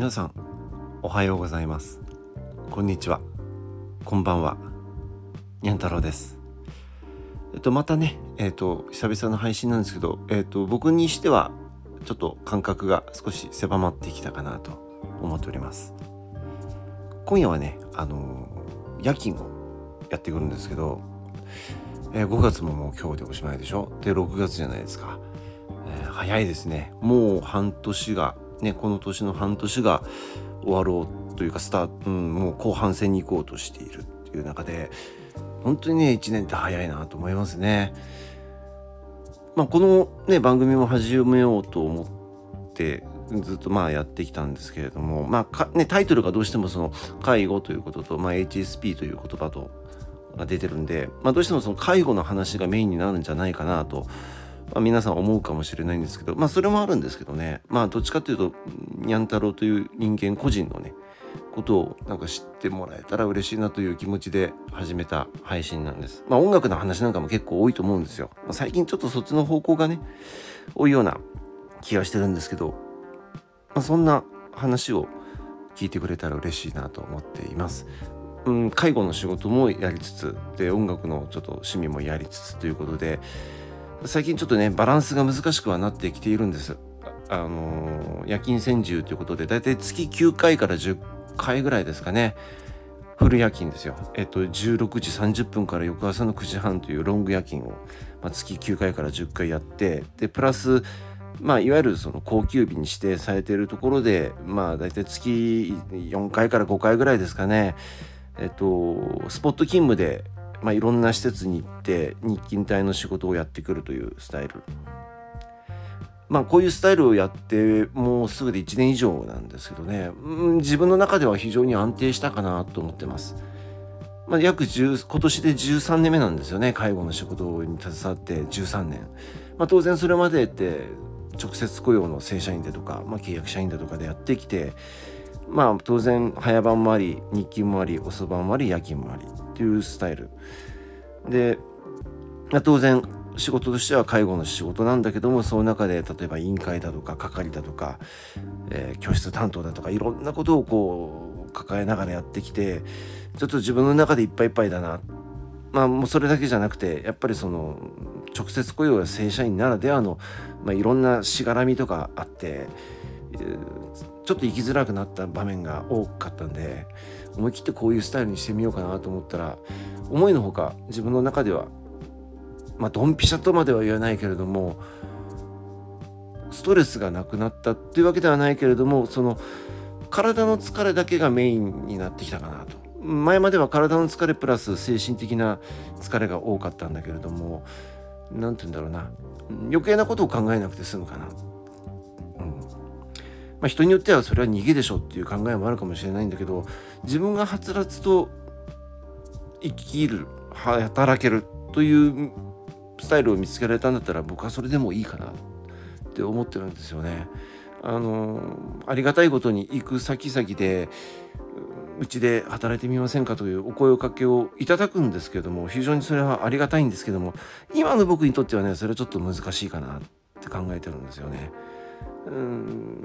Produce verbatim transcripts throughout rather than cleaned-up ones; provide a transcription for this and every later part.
皆さんおはようございます。こんにちは、こんばんは。にゃん太郎です。えっとまたねえっと久々の配信なんですけど、えっと僕にしてはちょっと感覚が少し狭まってきたかなと思っております。今夜はねあのー、夜勤をやってくるんですけど、えー、ごがつももう今日でおしまいでしょ。でろくがつじゃないですか。えー、早いですね。もう半年がねこの年の半年が終わろうというかスタート、うん、もう後半戦に行こうとしているっていう中で、本当にねいちねんって早いなと思いますね。まあ、このね番組も始めようと思ってずっとまあやってきたんですけれども、まあかね、タイトルがどうしてもその介護ということと、まあ、エイチエスピー という言葉とが出てるんで、まあ、どうしてもその介護の話がメインになるんじゃないかなと、まあ、皆さん思うかもしれないんですけど、まあそれもあるんですけどね、まあどっちかというとにゃん太郎という人間個人のねことをなんか知ってもらえたら嬉しいなという気持ちで始めた配信なんです。まあ音楽の話なんかも結構多いと思うんですよ。まあ、最近ちょっとそっちの方向がね多いような気がしてるんですけど、まあ、そんな話を聞いてくれたら嬉しいなと思っています。うん、介護の仕事もやりつつで音楽のちょっと趣味もやりつつということで、最近ちょっとねバランスが難しくはなってきているんです。あのー、夜勤専従ということでだいたい月きゅうかいからじゅっかいぐらいですかね、フル夜勤ですよ。えっとじゅうろくじさんじゅっぷんから翌朝のくじはんというロング夜勤を、まあ、月きゅうかいからじゅっかいやって、でプラスまあいわゆるその高級日に指定されているところで、まあだいたい月よんかいからごかいぐらいですかね、えっとスポット勤務でまあ、いろんな施設に行って日勤帯の仕事をやってくるというスタイル。まあこういうスタイルをやってもうすぐでいちねん以上なんですけどね、うん、自分の中では非常に安定したかなと思ってます。まあ、約じゅう今年でじゅうさんねんめなんですよね、介護の仕事に携わってじゅうさんねん。まあ、当然それまでって直接雇用の正社員でとか、まあ、契約社員だとかでやってきて、まあ当然早番もあり日勤もあり遅番もあり夜勤もありっていうスタイルで、まあ、当然仕事としては介護の仕事なんだけども、その中で例えば委員会だとか係だとか、えー、教室担当だとかいろんなことをこう抱えながらやってきて、ちょっと自分の中でいっぱいいっぱいだな。まあもうそれだけじゃなくてやっぱりその直接雇用や正社員ならではの、まあ、いろんなしがらみとかあって、えーちょっと生きづらくなった場面が多かったんで、思い切ってこういうスタイルにしてみようかなと思ったら、思いのほか自分の中ではまあドンピシャとまでは言わないけれどもストレスがなくなったっていうわけではないけれども、その体の疲れだけがメインになってきたかなと。前までは体の疲れプラス精神的な疲れが多かったんだけれども、なんて言うんだろうな、余計なことを考えなくて済むかな。まあ、人によってはそれは逃げでしょっていう考えもあるかもしれないんだけど、自分がはつらつと生きる働けるというスタイルを見つけられたんだったら、僕はそれでもいいかなって思ってるんですよね。あのありがたいことに行く先々でうちで働いてみませんかというお声をかけをいただくんですけども、非常にそれはありがたいんですけども、今の僕にとってはねそれはちょっと難しいかなって考えてるんですよね。うん、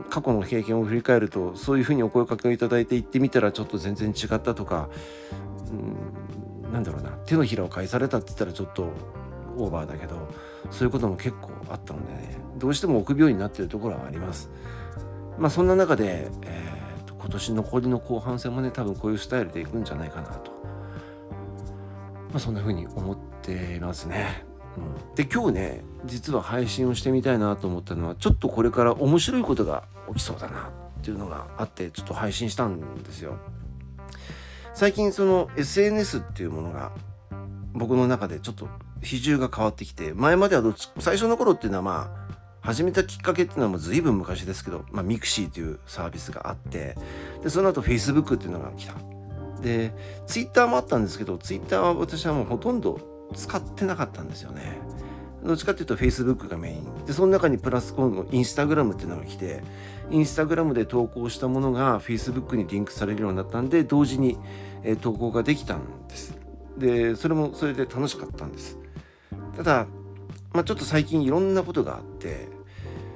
過去の経験を振り返ると、そういうふうにお声かけをいただいて行ってみたらちょっと全然違ったとか、うん、なんだろうな、手のひらを返されたって言ったらちょっとオーバーだけど、そういうことも結構あったのでね、どうしても臆病になっているところはあります。まあそんな中で、えー、と今年残りの後半戦もね多分こういうスタイルでいくんじゃないかなと、まあ、そんなふうに思っていますね。うん、で今日ね実は配信をしてみたいなと思ったのは、ちょっとこれから面白いことが起きそうだなっていうのがあってちょっと配信したんですよ。最近その エスエヌエス っていうものが僕の中でちょっと比重が変わってきて、前まではどっち最初の頃っていうのはまあ始めたきっかけっていうのはもう随分昔ですけど、まあ、ミクシーというサービスがあって、でその後 Facebook っていうのが来た。で Twitter もあったんですけど、 Twitter は私はもうほとんど使ってなかったんですよね。どっちかっていうと Facebook がメインで、その中にプラス今度 Instagram っていうのが来て、 Instagram で投稿したものが Facebook にリンクされるようになったんで、同時に、えー、投稿ができたんです。でそれもそれで楽しかったんです。ただ、まあ、ちょっと最近いろんなことがあって、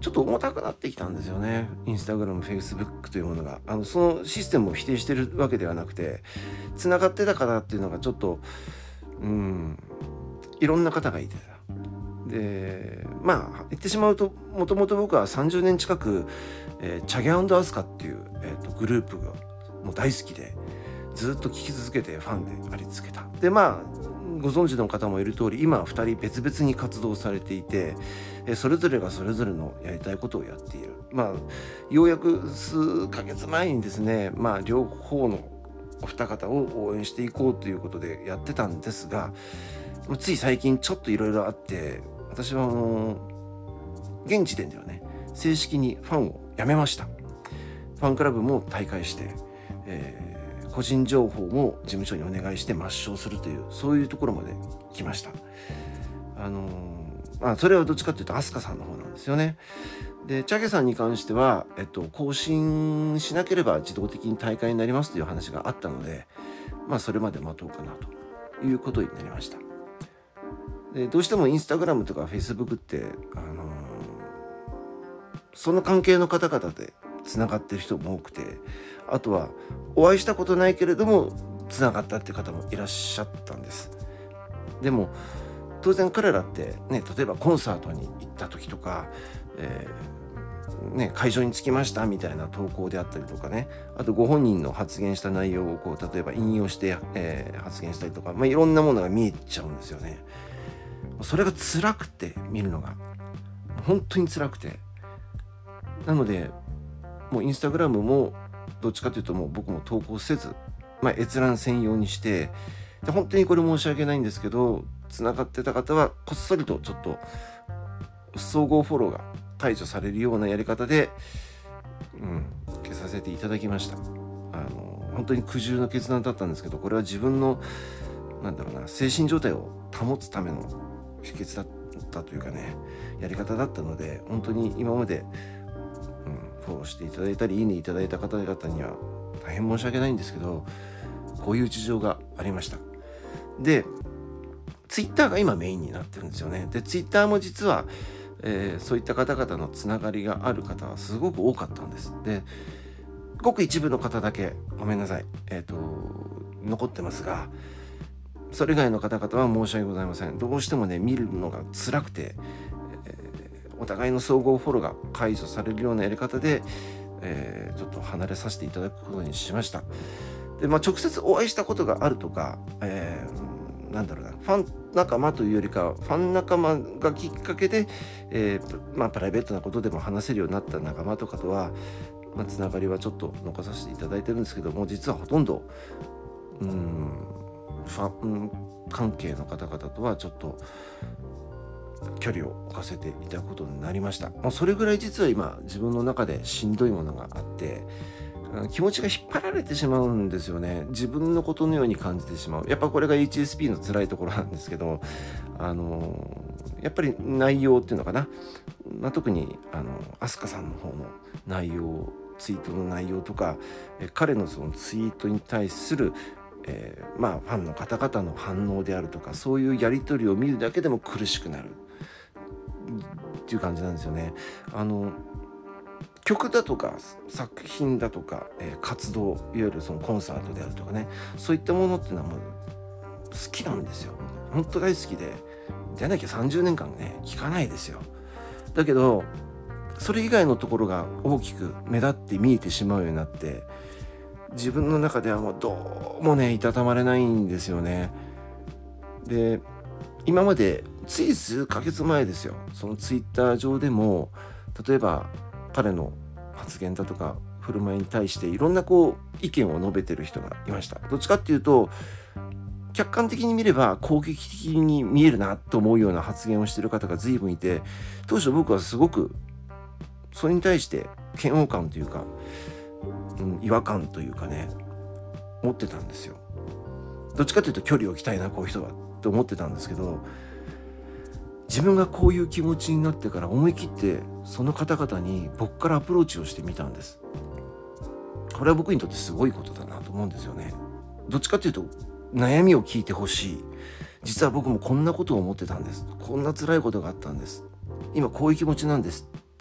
ちょっと重たくなってきたんですよね。インスタグラム、フェイスブックというものがあのそのシステムを否定してるわけではなくて、つながってたからっていうのがちょっとうんいろんな方がいてた。でまあ言ってしまうと、もともと僕はさんじゅうねん近く、えー、チャゲ&アスカっていう、えー、とグループがもう大好きで、ずっと聴き続けてファンであり続けた。でまあご存知の方もいる通り、今はふたり別々に活動されていて、それぞれがそれぞれのやりたいことをやっている。まあようやく数ヶ月前にですね、まあ両方のお二方を応援していこうということでやってたんですが、つい最近ちょっといろいろあって、私はもう現時点ではね、正式にファンを辞めました。ファンクラブも退会して、えー個人情報も事務所にお願いして抹消するという、そういうところまで来ました。あのー、まあそれはどっちかというとアスカさんの方なんですよね。でチャゲさんに関しては、えっと、更新しなければ自動的に退会になりますという話があったので、まあそれまで待とうかなということになりました。でどうしてもインスタグラムとかフェイスブックって、あのー、その関係の方々でつながってる人も多くて、あとはお会いしたことないけれどもつながったっていう方もいらっしゃったんです。でも当然彼らってね、例えばコンサートに行った時とか、えーね、会場に着きましたみたいな投稿であったりとかね、あとご本人の発言した内容をこう例えば引用して、えー、発言したりとか、まあ、いろんなものが見えちゃうんですよね。それが辛くて、見るのが本当に辛くて、なのでもうインスタグラムもどっちかというともう僕も投稿せず、まあ、閲覧専用にして、で本当にこれ申し訳ないんですけど、つながってた方はこっそりとちょっと総合フォローが解除されるようなやり方で、うん、消させていただきました。あの本当に苦渋の決断だったんですけど、これは自分のなんだろうな精神状態を保つための秘訣だったというかね、やり方だったので、本当に今までフォローしていただいたりいいねいただいた方々には大変申し訳ないんですけど、こういう事情がありました。でツイッターが今メインになってるんですよね。でツイッターも実は、えー、そういった方々のつながりがある方はすごく多かったんです。でごく一部の方だけごめんなさい、えっと残ってますが、それ以外の方々は申し訳ございません。どうしてもね見るのが辛くて、お互いの総合フォローが解除されるようなやり方で、えー、ちょっと離れさせていただくことにしました。で、まあ、直接お会いしたことがあるとか、えー、なんだろうな、ファン仲間というよりか、ファン仲間がきっかけで、えーまあ、プライベートなことでも話せるようになった仲間とかとは、まあ、つながりはちょっと残させていただいてるんですけども、実はほとんどうーんファン関係の方々とはちょっと距離を置かせていただくことになりました。もうそれぐらい実は今自分の中でしんどいものがあって、気持ちが引っ張られてしまうんですよね。自分のことのように感じてしまう。やっぱこれが エイチエスピー の辛いところなんですけど、あのやっぱり内容っていうのかな、まあ、特にあのアスカさんの方の内容、ツイートの内容とか、え彼のそのツイートに対するえー、まあファンの方々の反応であるとか、そういうやり取りを見るだけでも苦しくなるっていう感じなんですよね。あの曲だとか作品だとか、えー、活動、いわゆるそのコンサートであるとかね、そういったものっていうのはもう好きなんですよ。本当大好きで、じゃなきゃさんじゅうねんかんね聴かないですよ。だけどそれ以外のところが大きく目立って見えてしまうようになって、自分の中ではもうどうもねいたたまれないんですよね。で今までつい数ヶ月前ですよ、そのツイッター上でも例えば彼の発言だとか振る舞いに対していろんなこう意見を述べてる人がいました。どっちかっていうと客観的に見れば攻撃的に見えるなと思うような発言をしている方が随分いて、当初僕はすごくそれに対して嫌悪感というか、うん、違和感というかね持ってたんですよ。どっちかというと距離を置きたいなこういう人はって思ってたんですけど、自分がこういう気持ちになってから思い切ってその方々に僕からアプローチをしてみたんです。これは僕にとってすごいことだなと思うんですよね。どっちかというと悩みを聞いてほしい。実は僕もこんなことを思ってたんです。こんな辛いことがあったんです。今こういう気持ちなんです。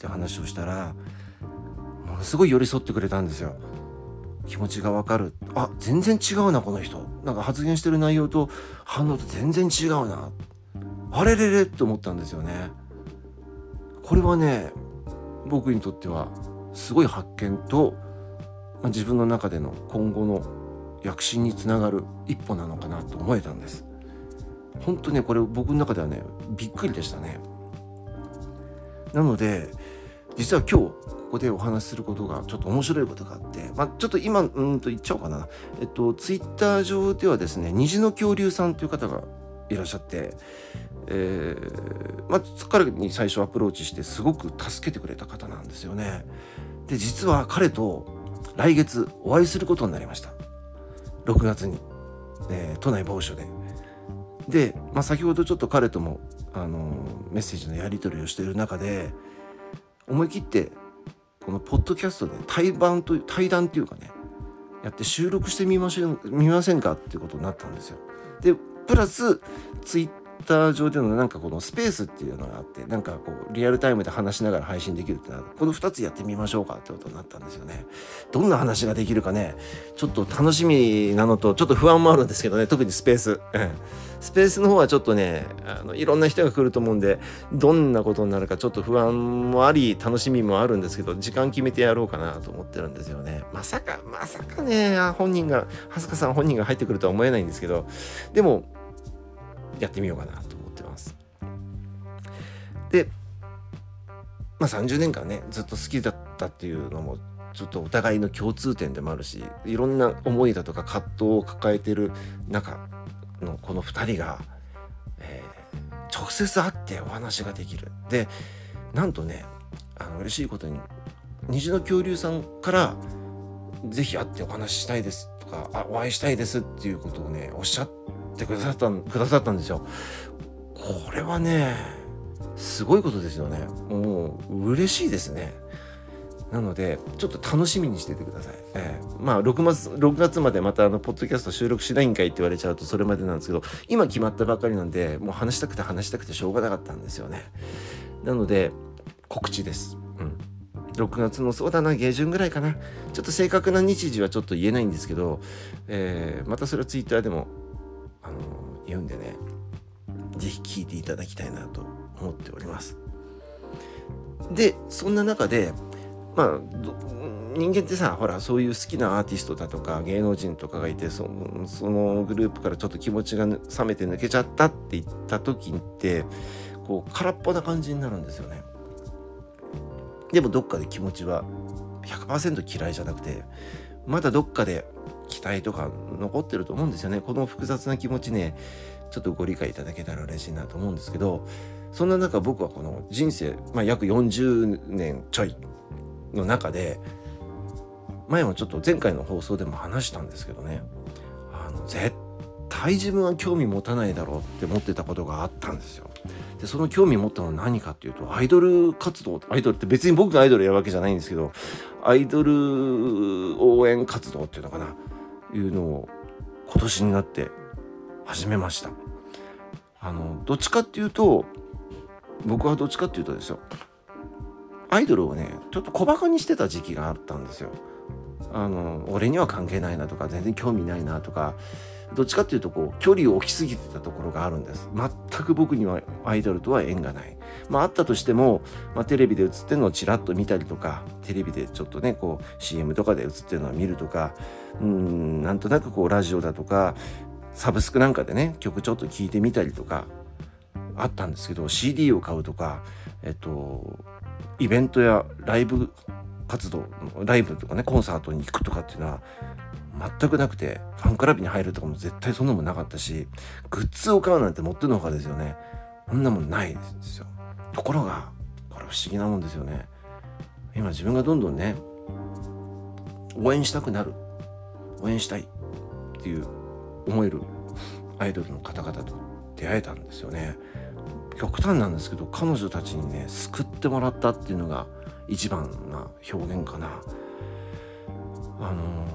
って話をしたら、ものすごい寄り添ってくれたんですよ。気持ちがわかる、あ、全然違うなこの人、なんか発言してる内容と反応と全然違うな、あれれれって思ったんですよね。これはね、僕にとってはすごい発見と、まあ、自分の中での今後の躍進につながる一歩なのかなと思えたんです。本当ね、これ僕の中ではね、びっくりでしたね。なので実は今日ここでお話しすることがちょっと面白いことがあって、まあ、ちょっと今うんと言っちゃおうかな。えっとツイッター上ではですね、虹の恐竜さんという方がいらっしゃって、えーまあ、彼に最初アプローチしてすごく助けてくれた方なんですよね。で、実は彼と来月お会いすることになりました。ろくがつに、えー、都内某所で。で、まあ、先ほどちょっと彼とも、あのー、メッセージのやり取りをしている中で、思い切ってこのポッドキャストで対談という対談というかね、やって収録してみましょう見ませんかっていうことになったんですよ。でプラスツイッター上でのなんかこのスペースっていうのがあって、なんかこうリアルタイムで話しながら配信できるってなる、このふたつやってみましょうかってことになったんですよね。どんな話ができるかね、ちょっと楽しみなのとちょっと不安もあるんですけどね、特にスペース、うん、スペースの方はちょっとね、あのいろんな人が来ると思うんで、どんなことになるかちょっと不安もあり楽しみもあるんですけど、時間決めてやろうかなと思ってるんですよね。まさかまさかね、本人がはすかさん本人が入ってくるとは思えないんですけど、でもやってみようかなと思ってます。で、まあ、さんじゅうねんかんねずっと好きだったっていうのもちょっとお互いの共通点でもあるし、いろんな思いだとか葛藤を抱えてる中のこのふたりが、えー、直接会ってお話ができる。で、なんとね、あの嬉しいことに虹の恐竜さんからぜひ会ってお話ししたいですとか、あお会いしたいですっていうことをねおっしゃってくださったくださったんですよ。これはねすごいことですよね。もう嬉しいですね。なのでちょっと楽しみにしててください。えー、まあろくがつろくがつまでまたあのポッドキャスト収録しないんかいって言われちゃうとそれまでなんですけど、今決まったばかりなんでもう話したくて話したくてしょうがなかったんですよね。なので告知です。うん。ろくがつのそうだな下旬ぐらいかな。ちょっと正確な日時はちょっと言えないんですけど、えー、またそれはツイッターでもあのー、言うんでね、ぜひ聞いていただきたいなと思っております。で、そんな中でまあ人間ってさ、ほらそういう好きなアーティストだとか芸能人とかがいて、その、そのグループからちょっと気持ちが冷めて抜けちゃったって言った時ってこう空っぽな感じになるんですよね。でもどっかで気持ちは ひゃくパーセント 嫌いじゃなくて、まだどっかで期待とか残ってると思うんですよね。この複雑な気持ちね、ちょっとご理解いただけたら嬉しいなと思うんですけど、そんな中僕はこの人生、まあ、約よんじゅうねんちょいの中で、前もちょっと前回の放送でも話したんですけどね、あの絶対自分は興味持たないだろうって思ってたことがあったんですよ。でその興味持ったのは何かっていうと、アイドル活動、アイドルって別に僕がアイドルやるわけじゃないんですけど、アイドル応援活動っていうのかな、いうのを今年になって始めました。あのどっちかっていうと僕はどっちかっていうとですよ、アイドルをねちょっと小バカにしてた時期があったんですよ。あの俺には関係ないなとか、全然興味ないなとか、どっちかっていうとこう距離を置きすぎてたところがあるんです。全く僕にはアイドルとは縁がない。まああったとしても、まあ、テレビで映ってるのをちらっと見たりとか、テレビでちょっとねこう シーエム とかで映ってるのを見るとか、うーんなんとなくこうラジオだとかサブスクなんかでね曲ちょっと聴いてみたりとかあったんですけど、 シーディー を買うとか、えっとイベントやライブ活動、ライブとかねコンサートに行くとかっていうのは全くなくて、ファンクラブに入るとかも絶対そんなもんなかったし、グッズを買うなんてもってのほかですよね。そんなもんないですよ。ところがこれ不思議なもんですよね。今自分がどんどんね応援したくなる、応援したいっていう思えるアイドルの方々と出会えたんですよね。極端なんですけど、彼女たちにね救ってもらったっていうのが一番な表現かな。あの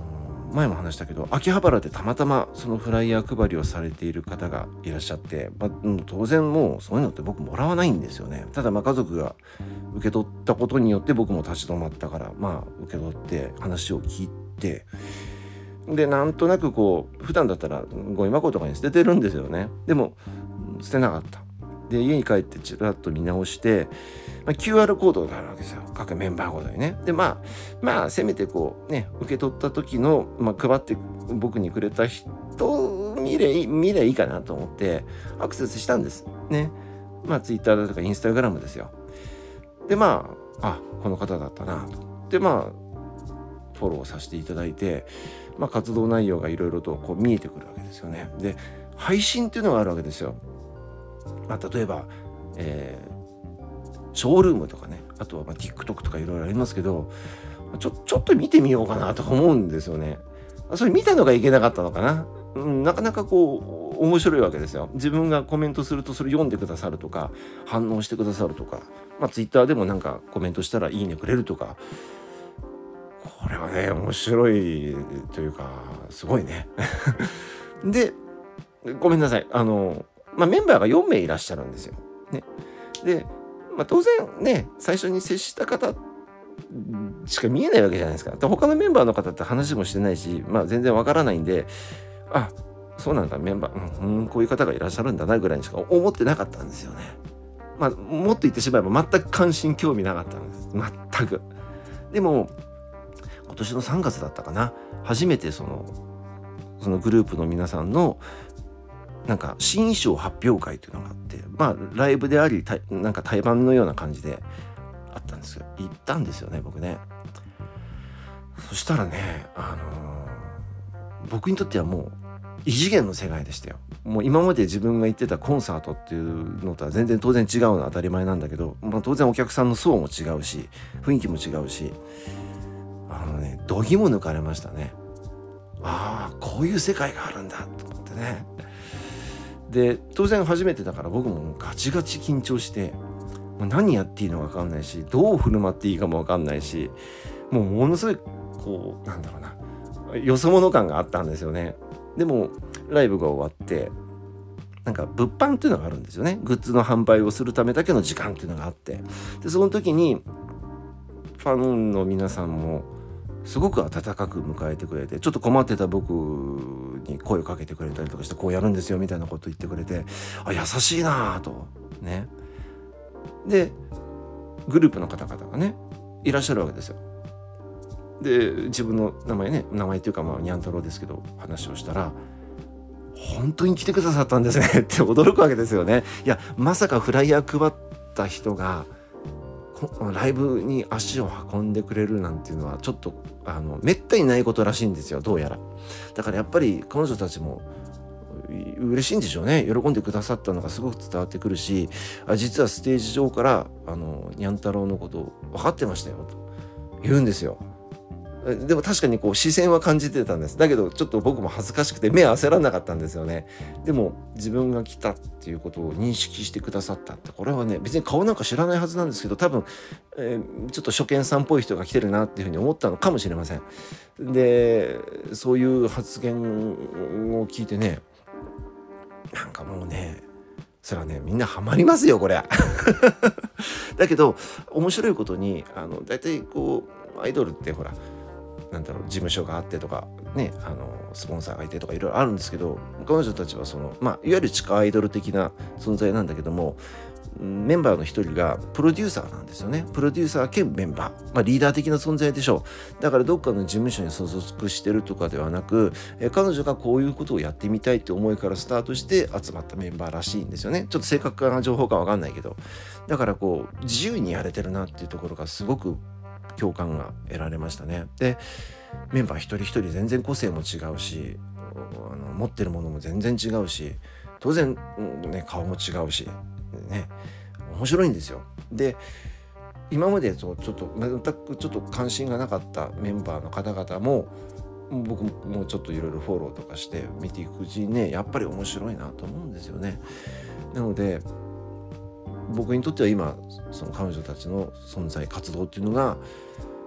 前も話したけど、秋葉原でたまたまそのフライヤー配りをされている方がいらっしゃって、まあ、当然もうそういうのって僕もらわないんですよね。ただまあ家族が受け取ったことによって僕も立ち止まったから、まあ受け取って話を聞いて、でなんとなくこう普段だったらゴミ箱とかに捨ててるんですよね。でも捨てなかった。で家に帰ってちらっと見直して、まあ、キューアール コードがあるわけですよ、各メンバーごとにね。でまあまあせめてこうね受け取った時の、まあ、配って僕にくれた人見れ見ればいいかなと思ってアクセスしたんですね。まあ Twitter だとか Instagram ですよ。でまああこの方だったなと。でまあフォローさせていただいて、まあ、活動内容がいろいろとこう見えてくるわけですよね。で配信っていうのがあるわけですよ。まあ、例えば、えー、ショールームとかね、あとはまあ TikTok とかいろいろありますけど、ちょ、ちょっと見てみようかなと思うんですよね。それ見たのがいけなかったのかな。うん、なかなかこう面白いわけですよ。自分がコメントするとそれ読んでくださるとか反応してくださるとか、まあ Twitter でもなんかコメントしたらいいねくれるとか、これはね面白いというかすごいね。でごめんなさい、あのまあ、メンバーがよんめいいらっしゃるんですよ。ね、で、まあ、当然ね最初に接した方しか見えないわけじゃないですか。で他のメンバーの方って話もしてないし、まあ、全然わからないんで、あそうなんだメンバー、うん、こういう方がいらっしゃるんだなぐらいにしか思ってなかったんですよね。まあ、もっと言ってしまえば全く関心興味なかったんです。全く。でも今年のさんがつだったかな、初めてそのそのグループの皆さんのなんか新衣装発表会というのがあって、まあライブでありなんか対バンのような感じであったんですよ。行ったんですよね僕ね。そしたらね、あのー、僕にとってはもう異次元の世界でしたよ。もう今まで自分が行ってたコンサートっていうのとは全然当然違うのは当たり前なんだけど、まあ、当然お客さんの層も違うし雰囲気も違うし、あのね度肝抜かれましたね。ああこういう世界があるんだと思ってね。で当然初めてだから僕もガチガチ緊張して、何やっていいのか分かんないしどう振る舞っていいかも分かんないし、もうものすごいこうなんだろうなよそ者感があったんですよね。でもライブが終わってなんか物販っていうのがあるんですよね。グッズの販売をするためだけの時間っていうのがあって、でその時にファンの皆さんもすごく温かく迎えてくれて、ちょっと困ってた僕に声をかけてくれたりとかして、こうやるんですよみたいなこと言ってくれて、あ優しいなぁとね。でグループの方々がねいらっしゃるわけですよ。で自分の名前ね名前っていうかまあニャン太郎ですけど話をしたら、本当に来てくださったんですねって驚くわけですよね。いやまさかフライヤー配った人がライブに足を運んでくれるなんていうのはちょっとあのめったにないことらしいんですよ、どうやら。だからやっぱり彼女たちも嬉しいんでしょうね。喜んでくださったのがすごく伝わってくるし、あ実はステージ上からあのニャン太郎のこと分かってましたよと言うんですよ。でも確かにこう視線は感じてたんです。だけどちょっと僕も恥ずかしくて目合わせられなかったんですよね。でも自分が来たっていうことを認識してくださったって、これはね別に顔なんか知らないはずなんですけど、多分、えー、ちょっと初見さんっぽい人が来てるなっていうふうに思ったのかもしれません。でそういう発言を聞いてね、なんかもうねそれはねみんなハマりますよこれだけど面白いことにあのだいたいこうアイドルってほらなんだろう事務所があってとかね、あのスポンサーがいてとかいろいろあるんですけど、彼女たちはそのまあいわゆる地下アイドル的な存在なんだけども、メンバーの一人がプロデューサーなんですよね。プロデューサー兼メンバー、まあ、リーダー的な存在でしょう。だからどっかの事務所に所属してるとかではなく、え彼女がこういうことをやってみたいって思いからスタートして集まったメンバーらしいんですよね。ちょっと正確な情報かわかんないけど、だからこう自由にやれてるなっていうところがすごく共感が得られましたね。でメンバー一人一人全然個性も違うし、あの持ってるものも全然違うし、当然、ね、顔も違うしね、面白いんですよ。で今までとちょっと全くちょっと関心がなかったメンバーの方々も僕もちょっといろいろフォローとかして見ていくうちにね、やっぱり面白いなと思うんですよね。なので僕にとっては今その彼女たちの存在活動っていうのが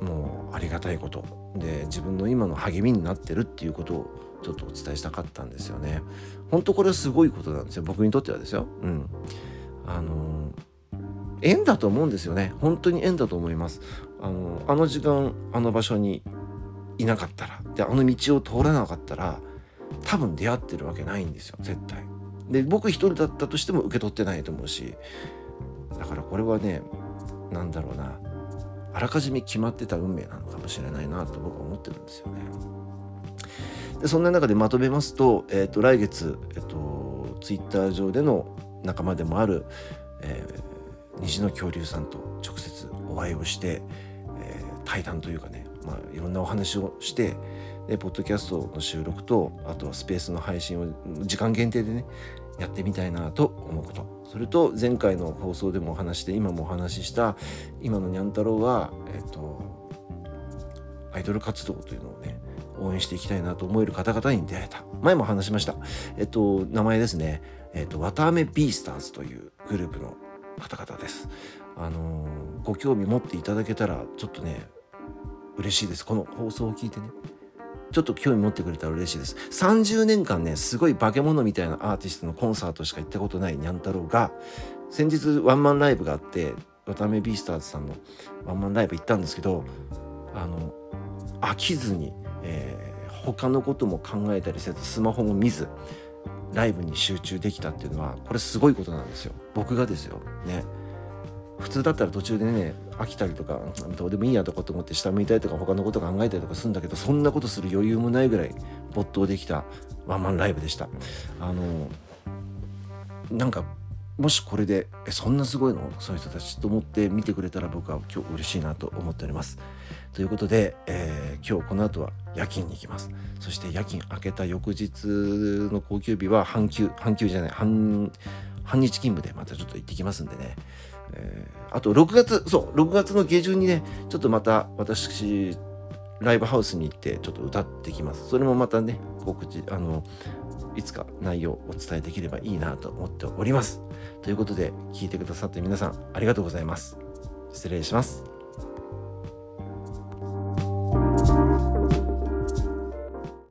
もうありがたいことで、自分の今の励みになってるっていうことをちょっとお伝えしたかったんですよね。本当これはすごいことなんですよ、僕にとってはですよ。うんあの縁だと思うんですよね。本当に縁だと思います。あのあの時間あの場所にいなかったら、であの道を通らなかったら多分出会ってるわけないんですよ、絶対。で僕一人だったとしても受け取ってないと思うし、だからこれはね、なんだろうな、あらかじめ決まってた運命なのかもしれないなと僕は思ってるんですよね。でそんな中でまとめますと、えー、と来月、えー、とツイッター上での仲間でもある、えー、虹の恐竜さんと直接お会いをして、えー、対談というかね、まあ、いろんなお話をして、でポッドキャストの収録と、あとはスペースの配信を時間限定でねやってみたいなと思うこと、それと前回の放送でもお話して、今もお話しした今のにゃん太郎は、えっと、アイドル活動というのをね応援していきたいなと思える方々に出会えた。前も話しました、えっと、名前ですね、えっと、わたあめビースターズというグループの方々です。あのー、ご興味持っていただけたらちょっとね嬉しいです。この放送を聞いてねちょっと興味持ってくれたら嬉しいです。さんじゅうねんかんね、すごい化け物みたいなアーティストのコンサートしか行ったことないにゃん太郎が、先日ワンマンライブがあって、わたあめビースターズさんのワンマンライブ行ったんですけど、あの飽きずに、えー、他のことも考えたりせず、スマホも見ずライブに集中できたっていうのは、これすごいことなんですよ。僕がですよね。普通だったら途中でね飽きたりとか、どうでもいいやとかと思って下向いたりとか他のこと考えたりとかするんだけど、そんなことする余裕もないぐらい没頭できたワンマンライブでした。あのなんかもしこれでえそんなすごいのそういう人たちと思って見てくれたら、僕は今日嬉しいなと思っております。ということで、えー、今日この後は夜勤に行きます。そして夜勤明けた翌日の高級日は半休半休じゃない半半日勤務でまたちょっと行ってきますんでね、えー、あとろくがつそうろくがつの下旬にねちょっとまた私ライブハウスに行ってちょっと歌ってきます。それもまたね告知あのいつか内容をお伝えできればいいなと思っております。ということで聞いてくださって皆さんありがとうございます。失礼します。